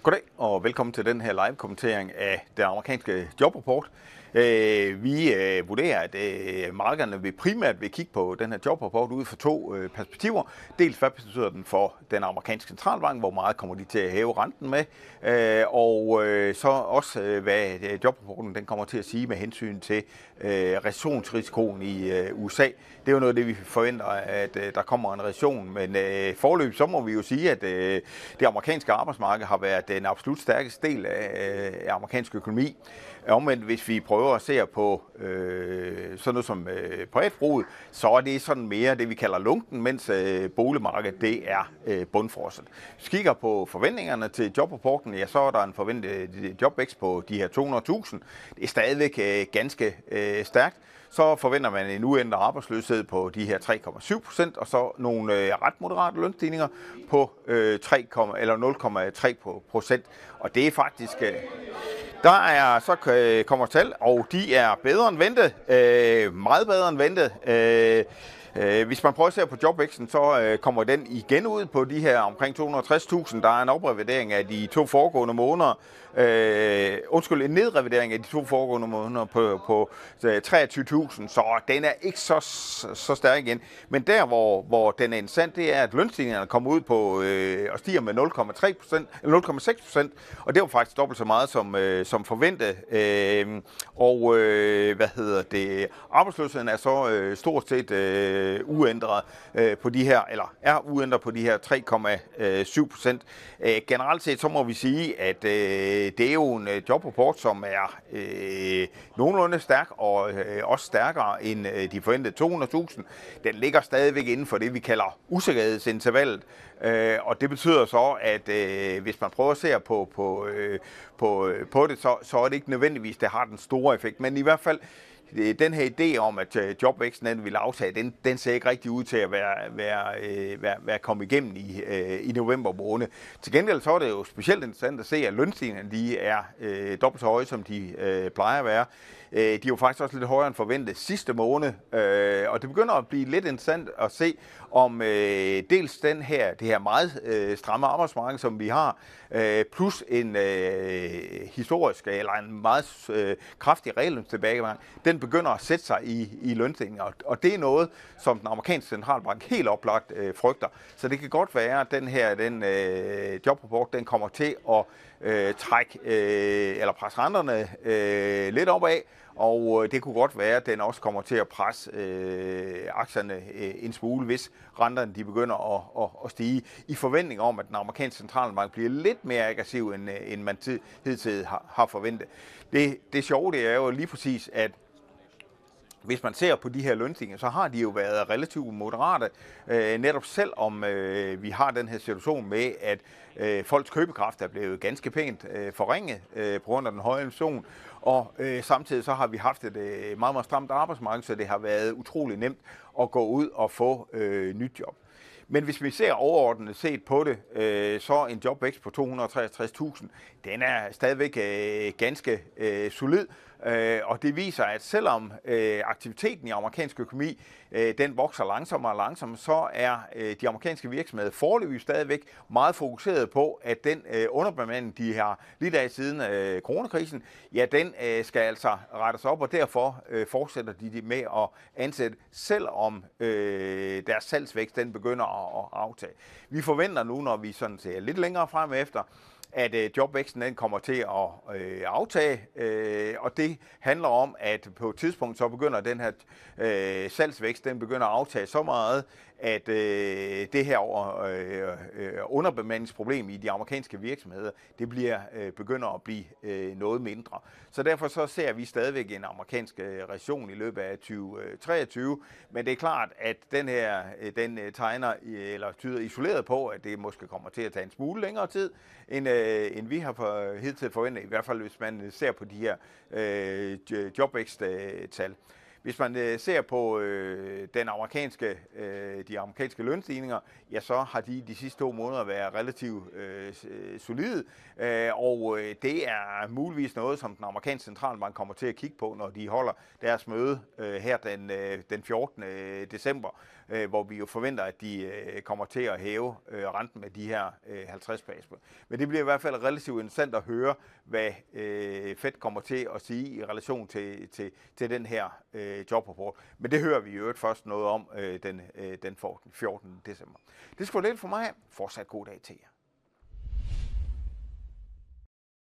Goddag og velkommen til den her live-kommentering af den amerikanske jobrapport. Vi vurderer, at markederne vil primært vil kigge på den her jobrapport ud fra to perspektiver. Dels hvad betyder den for den amerikanske centralbank, hvor meget kommer de til at hæve renten med, og så også hvad jobrapporten den kommer til at sige med hensyn til recessionsrisikoen i USA. Det er jo noget af det, vi forventer, at der kommer en recession, men foreløbig så må vi jo sige, at det amerikanske arbejdsmarked har været den absolut stærkeste del af amerikansk økonomi. Omvendt, hvis vi prøver at se på sådan noget som privatforbruget, så er det sådan mere det, vi kalder lunken, mens boligmarkedet det er bundfrosset. Hvis vi kigger på forventningerne til jobrapporten, ja, så er der en forventet jobvækst på de her 200.000. Det er stadigvæk ganske stærkt. Så forventer man en uændret arbejdsløshed på de her 3,7%, og så nogle ret moderate lønstigninger på 0,3%. Og det er faktisk... Der er så kommer tal, og de er bedre end ventet, meget bedre end ventet. Hvis man prøver at se på jobvæksten, så kommer den igen ud på de her omkring 260.000. Der er en oprevidering af de to foregående måneder. En nedrevidering af de to foregående måneder på 23.000, så den er ikke så stærk igen. Men der, hvor den er interessant, det er, at lønstigningerne kommer ud på og stiger med 0,6%, og det var faktisk dobbelt så meget som forventet. Arbejdsløsheden er så stort set uændret på de her, eller er uændret på de her 3,7%. Generelt set så må vi sige, at det er jo en jobrapport, som er nogenlunde stærk, og også stærkere end de forventede 200.000. Den ligger stadigvæk inden for det, vi kalder usikkerhedsintervallet. Og det betyder så, at hvis man prøver at se på det, så er det ikke nødvendigvis, det har den store effekt. Men i hvert fald, den her idé om, at jobvæksten den vil aftage, den ser ikke rigtig ud til at være kommet igennem i november måned. Til gengæld så er det jo specielt interessant at se, at lønstigningerne de er dobbelt så høje, som de plejer at være. De er jo faktisk også lidt højere end forventet sidste måned, og det begynder at blive lidt interessant at se, om dels det her meget stramme arbejdsmarked, som vi har, plus en historisk eller en meget kraftig reallønstilbagegang, den begynder at sætte sig i lønstigninger, og det er noget, som den amerikanske centralbank helt oplagt frygter. Så det kan godt være, at den jobrapport, den kommer til at trække eller presse renterne lidt opad, og det kunne godt være, at den også kommer til at presse aktierne en smule, hvis renterne de begynder at stige, i forventning om, at den amerikanske centralbank bliver lidt mere aggressiv, end man hidtil har forventet. Det sjove det er jo lige præcis, at hvis man ser på de her lønstigninger, så har de jo været relativt moderate, netop selvom vi har den her situation med, at folks købekraft er blevet ganske pænt forringet på grund af den høje inflation, og samtidig så har vi haft et meget, meget stramt arbejdsmarked, så det har været utrolig nemt at gå ud og få nyt job. Men hvis vi ser overordnet set på det, så en jobvækst på 263.000, den er stadigvæk ganske solid. Og det viser, at selvom aktiviteten i amerikansk økonomi den vokser langsommere og langsommere, så er de amerikanske virksomheder foreløbig stadigvæk meget fokuseret på, at den underbemanding, de har lidt af siden coronakrisen, ja, den skal altså rettes op, og derfor fortsætter de med at ansætte, selvom deres salgsvækst den begynder at aftage. Vi forventer nu, når vi sådan ser lidt længere frem efter, at jobvæksten den kommer til at aftage, og det handler om, at på et tidspunkt så begynder den her salgsvækst, den begynder at aftage så meget, at det her underbemandingsproblem i de amerikanske virksomheder, det begynder at blive noget mindre. Så derfor så ser vi stadigvæk en amerikansk recession i løbet af 2023, men det er klart, at den tegner eller tyder isoleret på, at det måske kommer til at tage en smule længere tid, end vi har hidtil forventet, i hvert fald hvis man ser på de her jobvæksttal. Hvis man ser på de amerikanske lønstigninger, ja, så har de sidste 2 måneder været relativt solide, og det er muligvis noget, som den amerikanske centralbank kommer til at kigge på, når de holder deres møde her den 14. december. hvor vi jo forventer, at de kommer til at hæve renten med de her 50 basispunkter. Men det bliver i hvert fald relativt interessant at høre, hvad Fed kommer til at sige i relation til den her jobrapport. Men det hører vi jo først noget om den 14. december. Det skulle lidt for mig. Fortsat god dag til jer.